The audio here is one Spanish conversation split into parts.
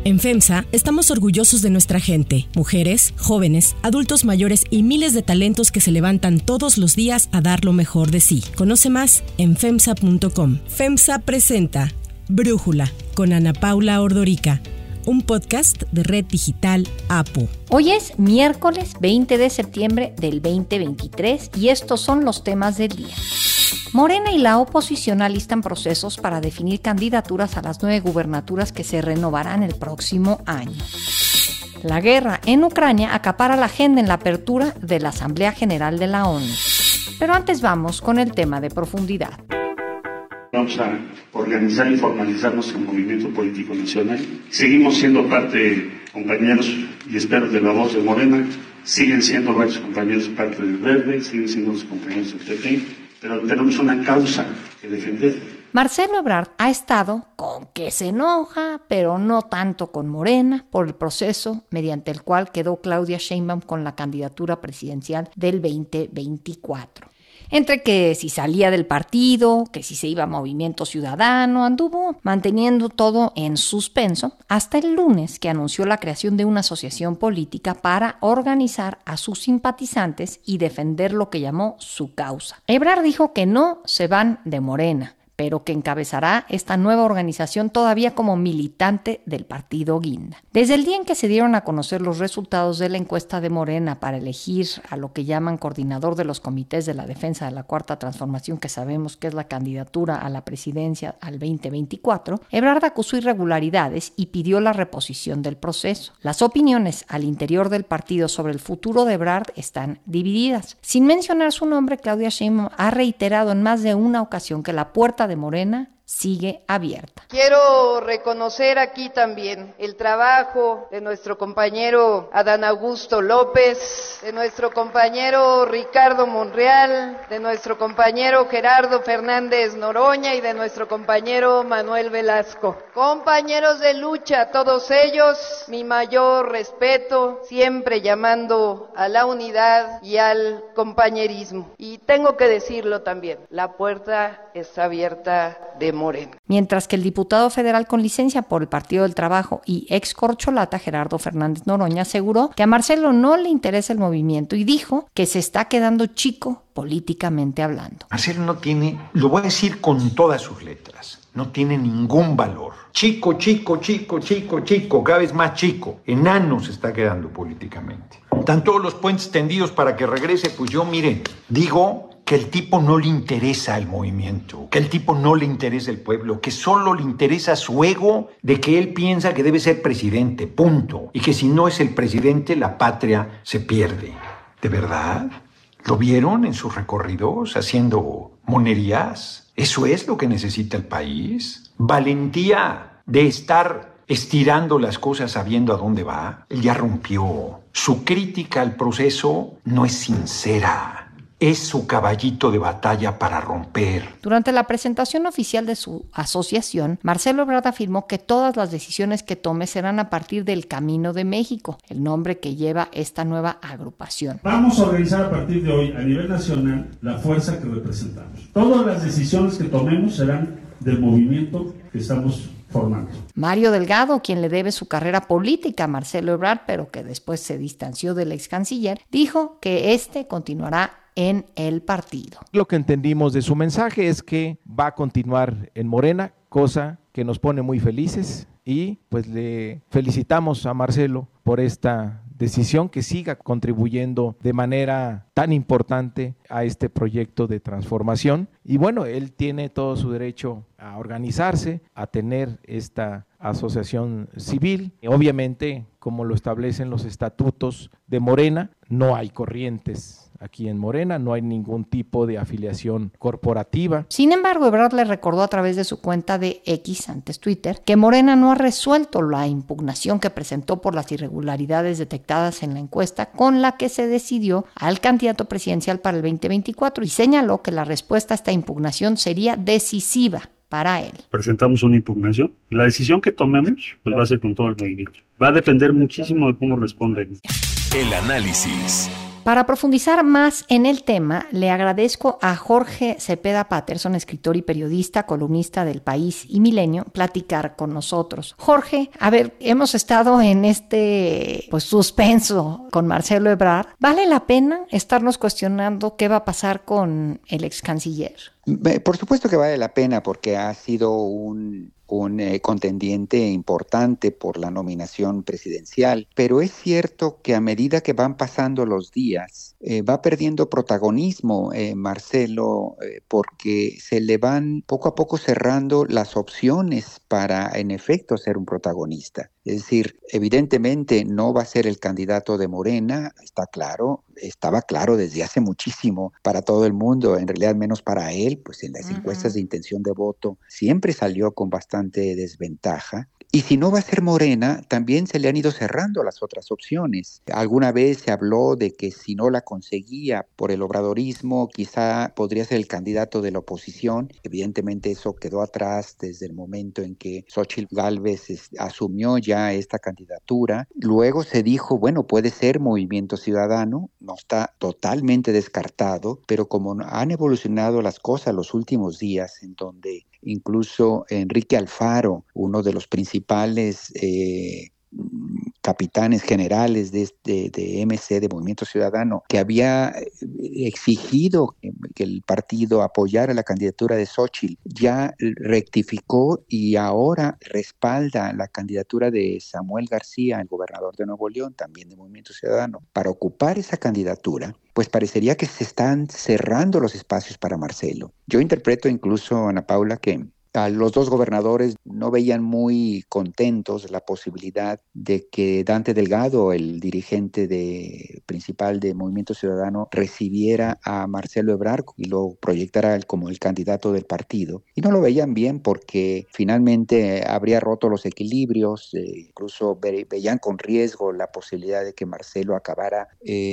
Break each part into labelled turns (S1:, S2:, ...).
S1: En FEMSA estamos orgullosos de nuestra gente, mujeres, jóvenes, adultos mayores y miles de talentos que se levantan todos los días a dar lo mejor de sí. Conoce más en FEMSA.com. FEMSA presenta Brújula con Ana Paula Ordorica, un podcast de Red Digital APO.
S2: Hoy es miércoles 20 de septiembre del 2023 y estos son los temas del día. Morena y la oposición alistan procesos para definir candidaturas a las 9 gubernaturas que se renovarán el próximo año. La guerra en Ucrania acapara la agenda en la apertura de la Asamblea General de la ONU. Pero antes vamos con el tema de profundidad.
S3: Vamos a organizar y formalizar nuestro movimiento político nacional. Seguimos siendo parte, compañeros, y espero de la voz de Morena. Siguen siendo varios compañeros parte del Verde, siguen siendo los compañeros del PP. Pero tenemos una causa que defender.
S2: Marcelo Ebrard ha estado con que se enoja, pero no tanto con Morena, por el proceso mediante el cual quedó Claudia Sheinbaum con la candidatura presidencial del 2024. Entre que si salía del partido, que si se iba a Movimiento Ciudadano, anduvo manteniendo todo en suspenso hasta el lunes que anunció la creación de una asociación política para organizar a sus simpatizantes y defender lo que llamó su causa. Ebrard dijo que no se van de Morena, pero que encabezará esta nueva organización todavía como militante del partido Guinda. Desde el día en que se dieron a conocer los resultados de la encuesta de Morena para elegir a lo que llaman coordinador de los comités de la defensa de la Cuarta Transformación, que sabemos que es la candidatura a la presidencia al 2024, Ebrard acusó irregularidades y pidió la reposición del proceso. Las opiniones al interior del partido sobre el futuro de Ebrard están divididas. Sin mencionar su nombre, Claudia Sheinbaum ha reiterado en más de una ocasión que la puerta de Morena sigue abierta.
S4: Quiero reconocer aquí también el trabajo de nuestro compañero Adán Augusto López, de nuestro compañero Ricardo Monreal, de nuestro compañero Gerardo Fernández Noroña y de nuestro compañero Manuel Velasco. Compañeros de lucha, todos ellos, mi mayor respeto, siempre llamando a la unidad y al compañerismo. Y tengo que decirlo también, la puerta está abierta de Morena.
S2: Mientras que el diputado federal con licencia por el Partido del Trabajo y ex corcholata Gerardo Fernández Noroña aseguró que a Marcelo no le interesa el movimiento y dijo que se está quedando chico políticamente hablando.
S5: Marcelo no tiene, lo voy a decir con todas sus letras, no tiene ningún valor. Chico, cada vez más chico, enano se está quedando políticamente. Están todos los puentes tendidos para que regrese, pues yo, miren, digo que el tipo no le interesa el movimiento, que el tipo no le interesa el pueblo, que solo le interesa su ego de que él piensa que debe ser presidente, punto. Y que si no es el presidente, la patria se pierde. ¿De verdad? ¿Lo vieron en sus recorridos haciendo monerías? ¿Eso es lo que necesita el país? ¿Valentía de estar estirando las cosas sabiendo a dónde va? Él ya rompió. Su crítica al proceso no es sincera. Es su caballito de batalla para romper.
S2: Durante la presentación oficial de su asociación, Marcelo Ebrard afirmó que todas las decisiones que tome serán a partir del Camino de México, el nombre que lleva esta nueva agrupación.
S6: Vamos a organizar a partir de hoy a nivel nacional la fuerza que representamos. Todas las decisiones que tomemos serán del movimiento que estamos formando.
S2: Mario Delgado, quien le debe su carrera política a Marcelo Ebrard, pero que después se distanció del ex canciller, dijo que este continuará en el partido.
S7: Lo que entendimos de su mensaje es que va a continuar en Morena, cosa que nos pone muy felices y pues le felicitamos a Marcelo por esta decisión, que siga contribuyendo de manera tan importante a este proyecto de transformación. Y bueno, él tiene todo su derecho a organizarse, a tener esta asociación civil. Obviamente, como lo establecen los estatutos de Morena, no hay corrientes aquí en Morena, no hay ningún tipo de afiliación corporativa.
S2: Sin embargo, Ebrard le recordó a través de su cuenta de X, antes Twitter, que Morena no ha resuelto la impugnación que presentó por las irregularidades detectadas en la encuesta con la que se decidió al candidato presidencial para el 2024 y señaló que la respuesta a esta impugnación sería decisiva para él.
S3: Presentamos una impugnación. La decisión que tomemos pues va a ser con todo el movimiento. Va a depender muchísimo de cómo responden.
S8: El análisis.
S2: Para profundizar más en el tema, le agradezco a Jorge Cepeda Patterson, escritor y periodista, columnista del País y Milenio, platicar con nosotros. Jorge, a ver, hemos estado en este suspenso con Marcelo Ebrard. ¿Vale la pena estarnos cuestionando qué va a pasar con el ex canciller?
S8: Por supuesto que vale la pena, porque ha sido un contendiente importante por la nominación presidencial, pero es cierto que a medida que van pasando los días, va perdiendo protagonismo Marcelo, porque se le van poco a poco cerrando las opciones para, en efecto, ser un protagonista. Es decir, evidentemente no va a ser el candidato de Morena, está claro, estaba claro desde hace muchísimo para todo el mundo, en realidad menos para él, pues en las encuestas de intención de voto siempre salió con bastante desventaja. Y si no va a ser Morena, también se le han ido cerrando las otras opciones. Alguna vez se habló de que si no la conseguía por el obradorismo, quizá podría ser el candidato de la oposición. Evidentemente eso quedó atrás desde el momento en que Xóchitl Gálvez asumió ya esta candidatura. Luego se dijo, bueno, puede ser Movimiento Ciudadano, no está totalmente descartado, pero como han evolucionado las cosas los últimos días, en donde incluso Enrique Alfaro, uno de los principales capitanes generales de MC, de Movimiento Ciudadano, que había exigido que el partido apoyara la candidatura de Xóchitl, ya rectificó y ahora respalda la candidatura de Samuel García, el gobernador de Nuevo León, también de Movimiento Ciudadano. Para ocupar esa candidatura, pues parecería que se están cerrando los espacios para Marcelo. Yo interpreto incluso, Ana Paula, que a los dos gobernadores no veían muy contentos la posibilidad de que Dante Delgado, el dirigente principal de Movimiento Ciudadano, recibiera a Marcelo Ebrard y lo proyectara como el candidato del partido. Y no lo veían bien porque finalmente habría roto los equilibrios, incluso veían con riesgo la posibilidad de que Marcelo acabara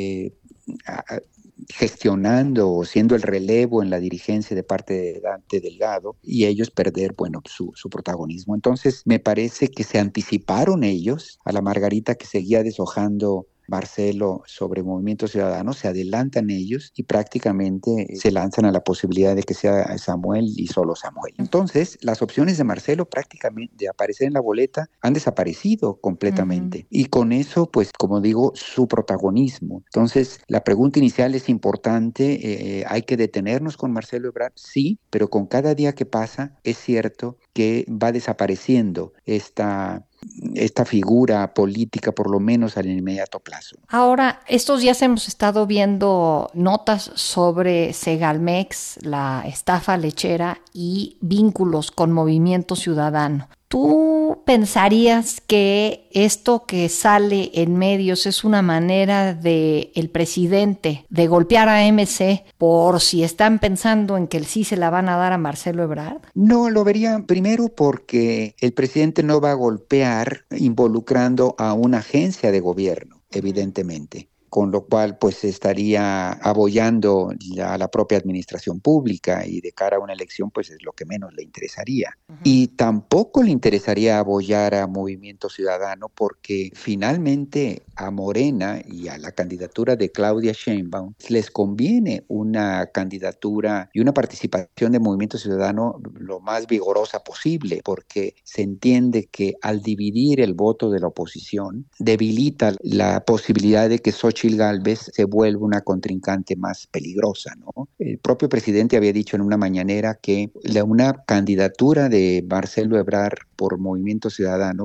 S8: gestionando o siendo el relevo en la dirigencia de parte de Dante Delgado y ellos perder, su protagonismo. Entonces, me parece que se anticiparon ellos a la margarita que seguía deshojando Marcelo sobre Movimiento Ciudadano, se adelantan ellos y prácticamente se lanzan a la posibilidad de que sea Samuel y solo Samuel. Entonces, las opciones de Marcelo prácticamente de aparecer en la boleta han desaparecido completamente. Y con eso, pues, como digo, su protagonismo. Entonces, la pregunta inicial es importante, ¿hay que detenernos con Marcelo Ebrard? Sí, pero con cada día que pasa es cierto que va desapareciendo esta figura política, por lo menos al inmediato plazo.
S2: Ahora, estos días hemos estado viendo notas sobre Segalmex, la estafa lechera y vínculos con Movimiento Ciudadano. ¿Tú pensarías que esto que sale en medios es una manera de el presidente de golpear a MC por si están pensando en que sí se la van a dar a Marcelo Ebrard?
S8: No, lo vería primero porque el presidente no va a golpear involucrando a una agencia de gobierno, evidentemente. Con lo cual pues estaría apoyando a la propia administración pública y de cara a una elección pues es lo que menos le interesaría. Y tampoco le interesaría apoyar a Movimiento Ciudadano porque finalmente a Morena y a la candidatura de Claudia Sheinbaum les conviene una candidatura y una participación de Movimiento Ciudadano lo más vigorosa posible, porque se entiende que al dividir el voto de la oposición debilita la posibilidad de que Xóchitl Gálvez se vuelve una contrincante más peligrosa, ¿no? El propio presidente había dicho en una mañanera que una candidatura de Marcelo Ebrard por Movimiento Ciudadano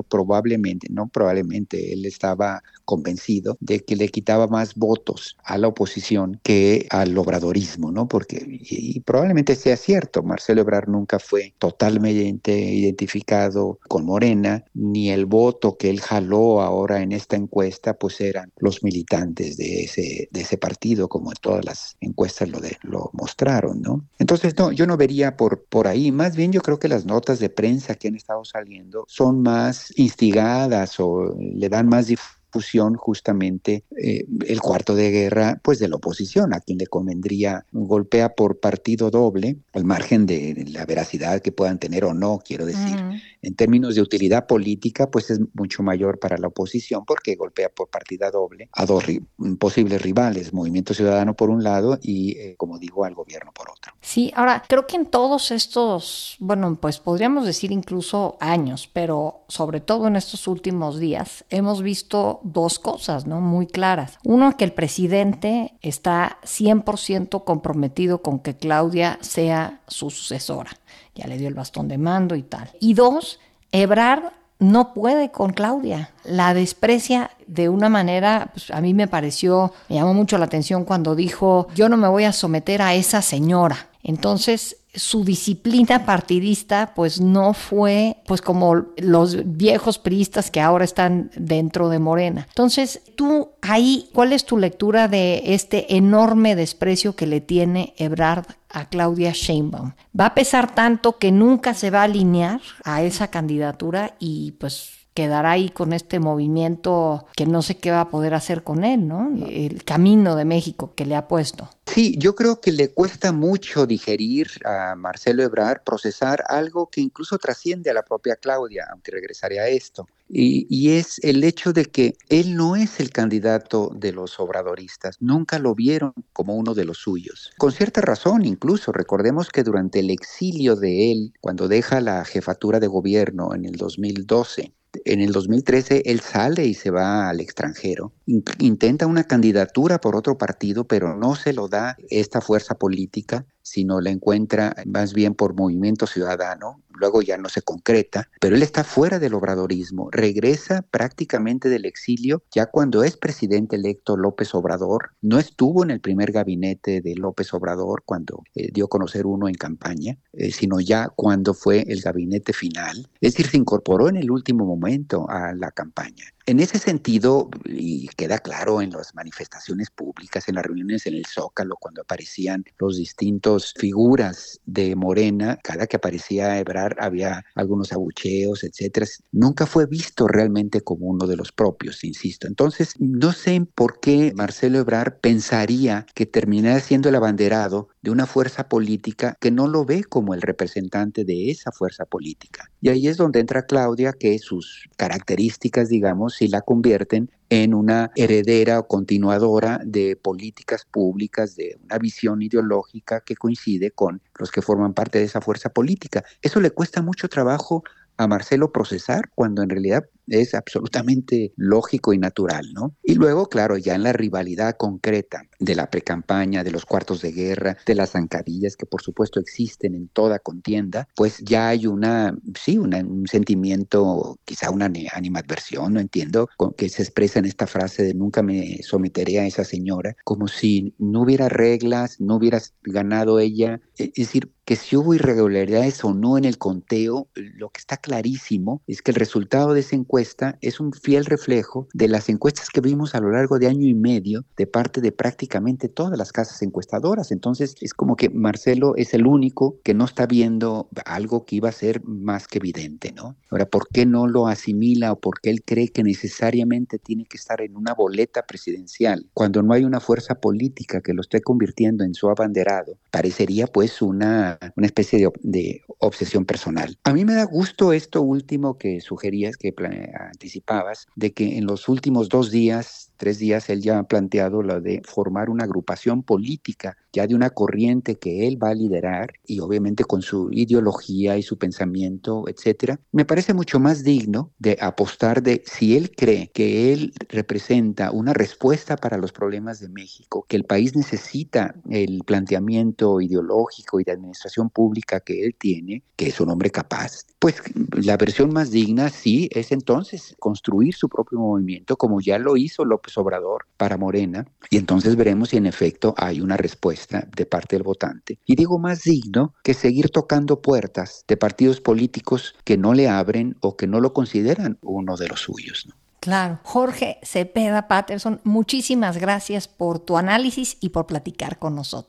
S8: él estaba convencido de que le quitaba más votos a la oposición que al obradorismo, ¿no? Y probablemente sea cierto, Marcelo Ebrard nunca fue totalmente identificado con Morena, ni el voto que él jaló ahora en esta encuesta, pues eran los militantes de ese partido, como en todas las encuestas lo mostraron, ¿no? Entonces, no, yo no vería por ahí, más bien yo creo que las notas de prensa que han estado saliendo son más instigadas o le dan más discusión justamente el cuarto de guerra pues de la oposición, a quien le convendría golpea por partido doble, al margen de la veracidad que puedan tener o no, quiero decir. En términos de utilidad política, pues es mucho mayor para la oposición porque golpea por partida doble a dos posibles rivales, Movimiento Ciudadano por un lado y, como digo, al gobierno por otro.
S2: Sí, ahora, creo que en todos estos, bueno, pues podríamos decir incluso años, pero sobre todo en estos últimos días, hemos visto dos cosas, ¿no? Muy claras. Uno, que el presidente está 100% comprometido con que Claudia sea su sucesora. Ya le dio el bastón de mando y tal. Y dos, Ebrard no puede con Claudia, la desprecia de una manera, pues a mí me llamó mucho la atención cuando dijo, yo no me voy a someter a esa señora. Entonces, su disciplina partidista pues no fue pues como los viejos priistas que ahora están dentro de Morena. Entonces, tú ahí, ¿cuál es tu lectura de este enorme desprecio que le tiene Ebrard a Claudia Sheinbaum? ¿Va a pesar tanto que nunca se va a alinear a esa candidatura y pues quedará ahí con este movimiento que no sé qué va a poder hacer con él, ¿no? El camino de México que le ha puesto.
S8: Sí, yo creo que le cuesta mucho digerir a Marcelo Ebrard, procesar algo que incluso trasciende a la propia Claudia, aunque regresaré a esto. Y es el hecho de que él no es el candidato de los obradoristas, nunca lo vieron como uno de los suyos. Con cierta razón incluso, recordemos que durante el exilio de él, cuando deja la jefatura de gobierno en el 2012, en el 2013 él sale y se va al extranjero, intenta una candidatura por otro partido, pero no se lo da esta fuerza política, sino la encuentra más bien por Movimiento Ciudadano, luego ya no se concreta, pero él está fuera del obradorismo, regresa prácticamente del exilio ya cuando es presidente electo López Obrador, no estuvo en el primer gabinete de López Obrador cuando dio a conocer uno en campaña, sino ya cuando fue el gabinete final, es decir, se incorporó en el último momento a la campaña. En ese sentido, y queda claro en las manifestaciones públicas, en las reuniones en el Zócalo, cuando aparecían los distintos figuras de Morena, cada que aparecía Ebrard había algunos abucheos, etcétera. Nunca fue visto realmente como uno de los propios, insisto. Entonces, no sé por qué Marcelo Ebrard pensaría que terminará siendo el abanderado de una fuerza política que no lo ve como el representante de esa fuerza política. Y ahí es donde entra Claudia, que sus características, digamos, sí la convierten en una heredera o continuadora de políticas públicas, de una visión ideológica que coincide con los que forman parte de esa fuerza política. Eso le cuesta mucho trabajo a Marcelo procesar, cuando en realidad es absolutamente lógico y natural, ¿no? Y luego, claro, ya en la rivalidad concreta de la precampaña, de los cuartos de guerra, de las zancadillas que por supuesto existen en toda contienda, pues ya hay un sentimiento, quizá una animadversión, no entiendo, que se expresa en esta frase de nunca me someteré a esa señora, como si no hubiera reglas, no hubieras ganado ella, es decir, que si hubo irregularidades o no en el conteo, lo que está clarísimo es que el resultado de esa encuesta es un fiel reflejo de las encuestas que vimos a lo largo de año y medio de parte de prácticamente todas las casas encuestadoras. Entonces es como que Marcelo es el único que no está viendo algo que iba a ser más que evidente, ¿no? Ahora, ¿por qué no lo asimila o por qué él cree que necesariamente tiene que estar en una boleta presidencial cuando no hay una fuerza política que lo esté convirtiendo en su abanderado? Parecería pues una especie de obsesión personal. A mí me da gusto esto último que sugerías, que anticipabas, de que en los últimos 3 días, él ya ha planteado lo de formar una agrupación política, ya de una corriente que él va a liderar, y obviamente con su ideología y su pensamiento, etcétera. Me parece mucho más digno de apostar de si él cree que él representa una respuesta para los problemas de México, que el país necesita el planteamiento ideológico y de administración pública que él tiene, que es un hombre capaz, pues la versión más digna sí es entonces construir su propio movimiento, como ya lo hizo López Obrador para Morena, y entonces veremos si en efecto hay una respuesta de parte del votante. Y digo más digno que seguir tocando puertas de partidos políticos que no le abren o que no lo consideran uno de los suyos, ¿no?
S2: Claro. Jorge Cepeda Patterson, muchísimas gracias por tu análisis y por platicar con nosotros.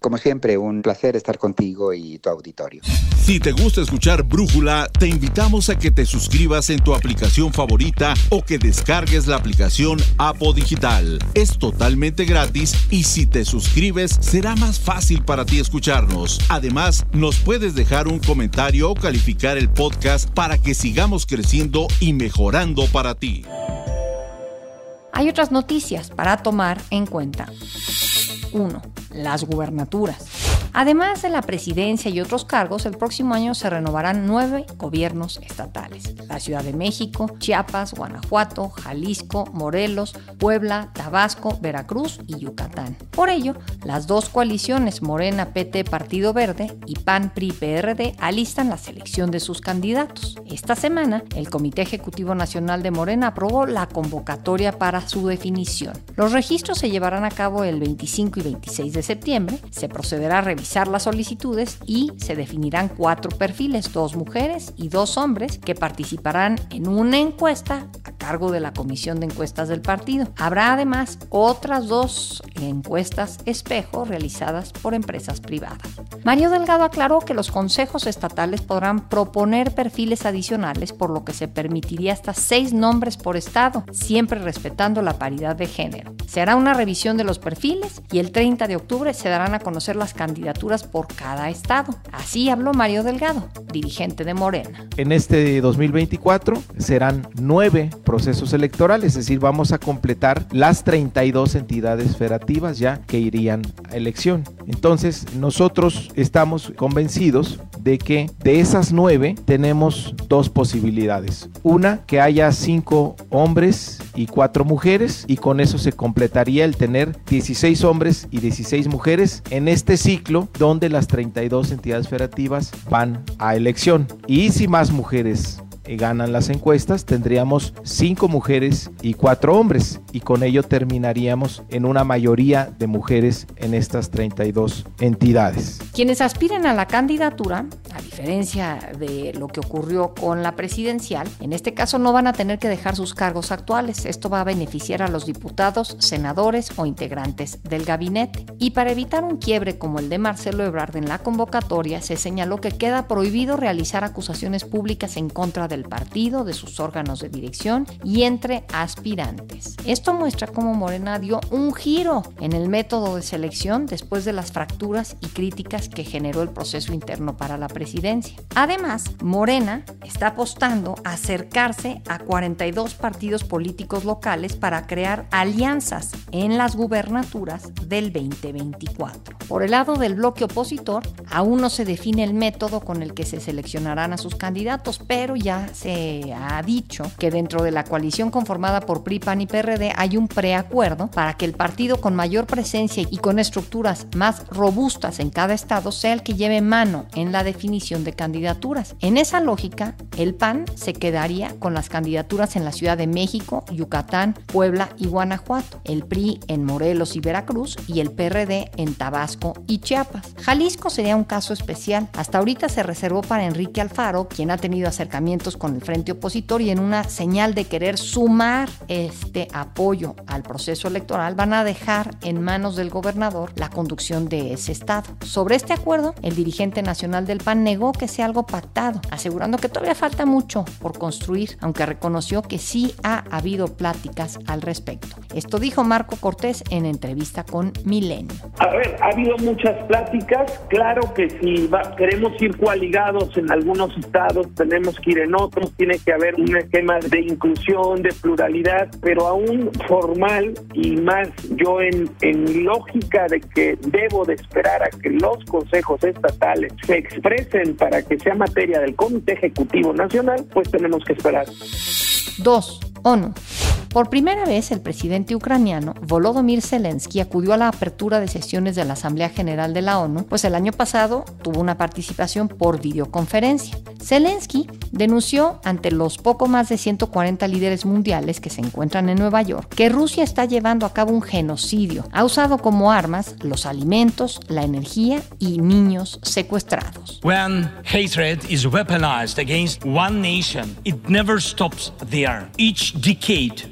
S8: Como siempre, un placer estar contigo y tu auditorio.
S9: Si te gusta escuchar Brújula, te invitamos a que te suscribas en tu aplicación favorita o que descargues la aplicación Apo Digital. Es totalmente gratis y si te suscribes será más fácil para ti escucharnos. Además, nos puedes dejar un comentario o calificar el podcast para que sigamos creciendo y mejorando para ti.
S2: Hay otras noticias para tomar en cuenta. 1. Las gubernaturas. Además de la presidencia y otros cargos, el próximo año se renovarán 9 gobiernos estatales. La Ciudad de México, Chiapas, Guanajuato, Jalisco, Morelos, Puebla, Tabasco, Veracruz y Yucatán. Por ello, las dos coaliciones Morena, PT, Partido Verde y PAN, PRI, PRD alistan la selección de sus candidatos. Esta semana, el Comité Ejecutivo Nacional de Morena aprobó la convocatoria para su definición. Los registros se llevarán a cabo el 25 y 26 de septiembre. Se procederá a revisar las solicitudes y se definirán 4 perfiles, 2 mujeres y 2 hombres, que participarán en una encuesta a cargo de la Comisión de Encuestas del partido. Habrá además otras 2 encuestas espejo realizadas por empresas privadas. Mario Delgado aclaró que los consejos estatales podrán proponer perfiles adicionales, por lo que se permitiría hasta 6 nombres por estado, siempre respetando la paridad de género. Se hará una revisión de los perfiles y el 30 de octubre se darán a conocer las candidaturas por cada estado. Así habló Mario Delgado, dirigente de Morena.
S7: En este 2024 serán 9 procesos electorales, es decir, vamos a completar las 32 entidades federativas ya que irían a elección. Entonces, nosotros estamos convencidos de que de esas 9 tenemos 2 posibilidades. Una, que haya 5 hombres y 4 mujeres, y con eso se completaría el tener 16 hombres y 16 mujeres en este ciclo donde las 32 entidades federativas van a elección. Y si más mujeres ganan las encuestas, tendríamos 5 mujeres y 4 hombres, y con ello terminaríamos en una mayoría de mujeres en estas 32 entidades.
S2: Quienes aspiren a la candidatura, a diferencia de lo que ocurrió con la presidencial, en este caso no van a tener que dejar sus cargos actuales. Esto va a beneficiar a los diputados, senadores o integrantes del gabinete. Y para evitar un quiebre como el de Marcelo Ebrard en la convocatoria, se señaló que queda prohibido realizar acusaciones públicas en contra del partido, de sus órganos de dirección y entre aspirantes. Esto muestra cómo Morena dio un giro en el método de selección después de las fracturas y críticas que generó el proceso interno para la presidencia. Además, Morena está apostando a acercarse a 42 partidos políticos locales para crear alianzas en las gubernaturas del 2024. Por el lado del bloque opositor, aún no se define el método con el que se seleccionarán a sus candidatos, pero ya se ha dicho que dentro de la coalición conformada por PRI, PAN y PRD hay un preacuerdo para que el partido con mayor presencia y con estructuras más robustas en cada estado sea el que lleve mano en la definición de candidaturas. En esa lógica, el PAN se quedaría con las candidaturas en la Ciudad de México, Yucatán, Puebla y Guanajuato, el PRI en Morelos y Veracruz y el PRD en Tabasco y Chiapas. Jalisco sería un caso especial. Hasta ahorita se reservó para Enrique Alfaro, quien ha tenido acercamientos con el frente opositor, y en una señal de querer sumar este apoyo al proceso electoral van a dejar en manos del gobernador la conducción de ese estado. Sobre este acuerdo, el dirigente nacional del PAN negó que sea algo pactado, asegurando que todavía falta mucho por construir, aunque reconoció que sí ha habido pláticas al respecto. Esto dijo Marco Cortés en entrevista con Milenio.
S10: A ver, ha habido muchas pláticas. Claro que si queremos ir coaligados en algunos estados, tenemos que ir en otros, tiene que haber un esquema de inclusión, de pluralidad, pero aún formal, y más yo en lógica de que debo de esperar a que los consejos estatales se expresen para que sea materia del Comité Ejecutivo Nacional, pues tenemos que esperar.
S2: 2. ONU. Por primera vez, el presidente ucraniano Volodymyr Zelensky acudió a la apertura de sesiones de la Asamblea General de la ONU, pues el año pasado tuvo una participación por videoconferencia. Zelensky denunció ante los poco más de 140 líderes mundiales que se encuentran en Nueva York que Rusia está llevando a cabo un genocidio. Ha usado como armas los alimentos, la energía y niños secuestrados.
S11: When hatred is weaponized against one nation, it never stops there. Each decade,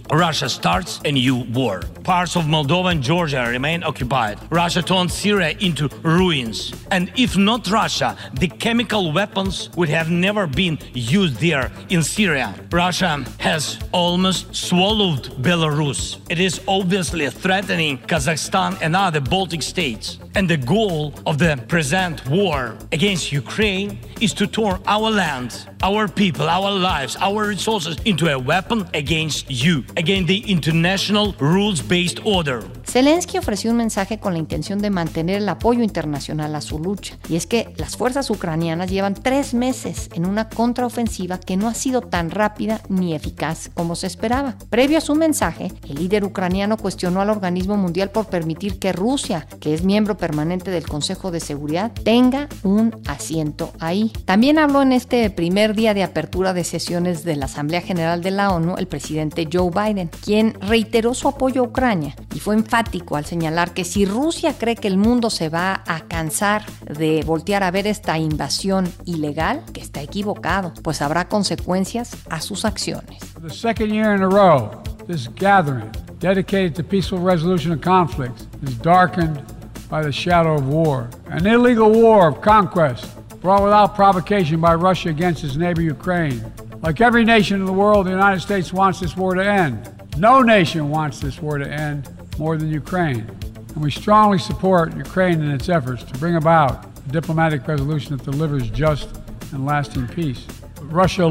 S11: Russia starts a new war. Parts of Moldova and Georgia remain occupied. Russia turned Syria into ruins. And if not Russia, the chemical weapons would have never been used there in Syria. Russia has almost swallowed Belarus. It is obviously threatening Kazakhstan and other Baltic states. And the goal of the present war against Ukraine is to turn our land, our people, our lives, our resources into a weapon against you, against the international rules-based order.
S2: Zelensky ofreció un mensaje con la intención de mantener el apoyo internacional a su lucha. Y es que las fuerzas ucranianas llevan 3 meses en una contraofensiva que no ha sido tan rápida ni eficaz como se esperaba. Previo a su mensaje, el líder ucraniano cuestionó al organismo mundial por permitir que Rusia, que es miembro permanente del Consejo de Seguridad, tenga un asiento ahí. También habló en este primer día de apertura de sesiones de la Asamblea General de la ONU el presidente Joe Biden, quien reiteró su apoyo a Ucrania y fue enfático al señalar que si Rusia cree que el mundo se va a cansar de voltear a ver esta invasión ilegal, que está equivocado, pues habrá consecuencias a sus acciones.
S12: For the second year in a row, this gathering dedicated to peaceful resolution of conflicts is darkened by the shadow of war, an illegal war of conquest brought without provocation by Russia against its neighbor Ukraine. Like every nation in the world, the United States wants this war to end. No nation wants this war to end more than Ukraine. And we strongly support Ukraine in its efforts to bring about a diplomatic resolution that delivers just and lasting peace. But Russia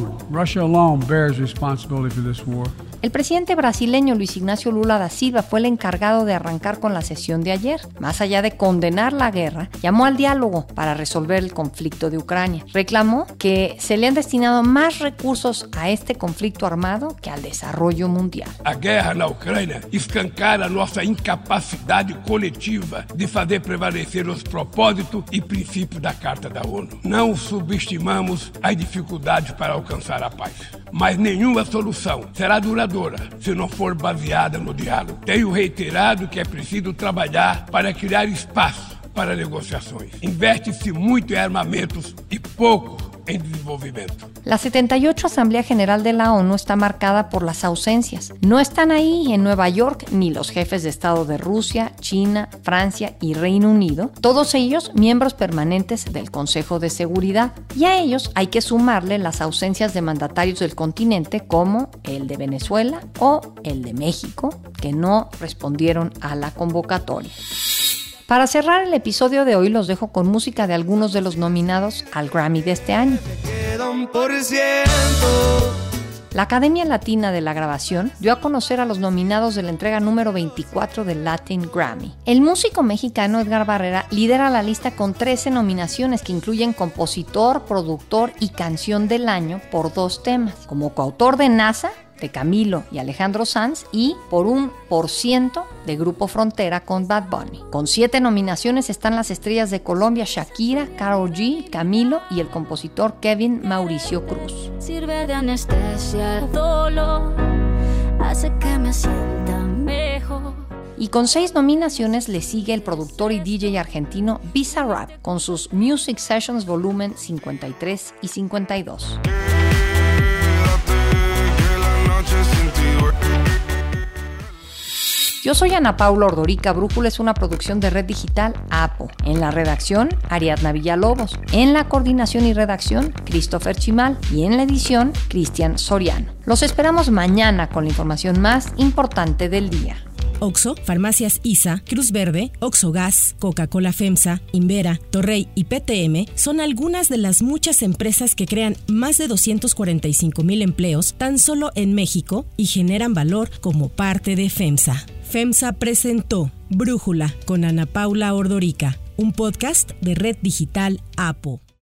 S12: alone bears responsibility for this war.
S2: El presidente brasileño Luis Ignacio Lula da Silva fue el encargado de arrancar con la sesión de ayer. Más allá de condenar la guerra, llamó al diálogo para resolver el conflicto de Ucrania. Reclamó que se le han destinado más recursos a este conflicto armado que al desarrollo mundial.
S13: A guerra na Ucrânia escancara nossa incapacidade coletiva de fazer prevalecer os propósitos e princípios da Carta da ONU. Não subestimamos as dificuldades para alcançar a paz, mas nenhuma solução será duradoura se não for baseada no diálogo. Tenho reiterado que é preciso trabalhar para criar espaço para negociações. Investe-se muito em armamentos e pouco en desenvolvimiento.
S2: La 78 Asamblea General de la ONU está marcada por las ausencias. No están ahí en Nueva York ni los jefes de Estado de Rusia, China, Francia y Reino Unido, todos ellos miembros permanentes del Consejo de Seguridad. Y a ellos hay que sumarle las ausencias de mandatarios del continente como el de Venezuela o el de México, que no respondieron a la convocatoria. Para cerrar el episodio de hoy los dejo con música de algunos de los nominados al Grammy de este año. La Academia Latina de la Grabación dio a conocer a los nominados de la entrega número 24 del Latin Grammy. El músico mexicano Edgar Barrera lidera la lista con 13 nominaciones que incluyen compositor, productor y canción del año por 2 temas, como coautor de NASA, de Camilo y Alejandro Sanz, y por 1% de Grupo Frontera con Bad Bunny. Con 7 nominaciones están las estrellas de Colombia Shakira, Karol G, Camilo y el compositor Kevin Mauricio Cruz.
S14: Sirve de anestesia el dolor, hace que me sienta mejor.
S2: Y con 6 nominaciones le sigue el productor y DJ argentino Bizarrap con sus Music Sessions volumen 53 y 52. Yo soy Ana Paula Ordorica. Brújula es una producción de Red Digital APO. En la redacción, Ariadna Villalobos. En la coordinación y redacción, Christopher Chimal. Y en la edición, Cristian Soriano. Los esperamos mañana con la información más importante del día.
S1: Oxxo, Farmacias ISA, Cruz Verde, Oxxo Gas, Coca-Cola FEMSA, Invera, Torrey y PTM son algunas de las muchas empresas que crean más de 245,000 empleos tan solo en México y generan valor como parte de FEMSA. FEMSA presentó Brújula con Ana Paula Ordorica, un podcast de Red Digital APO.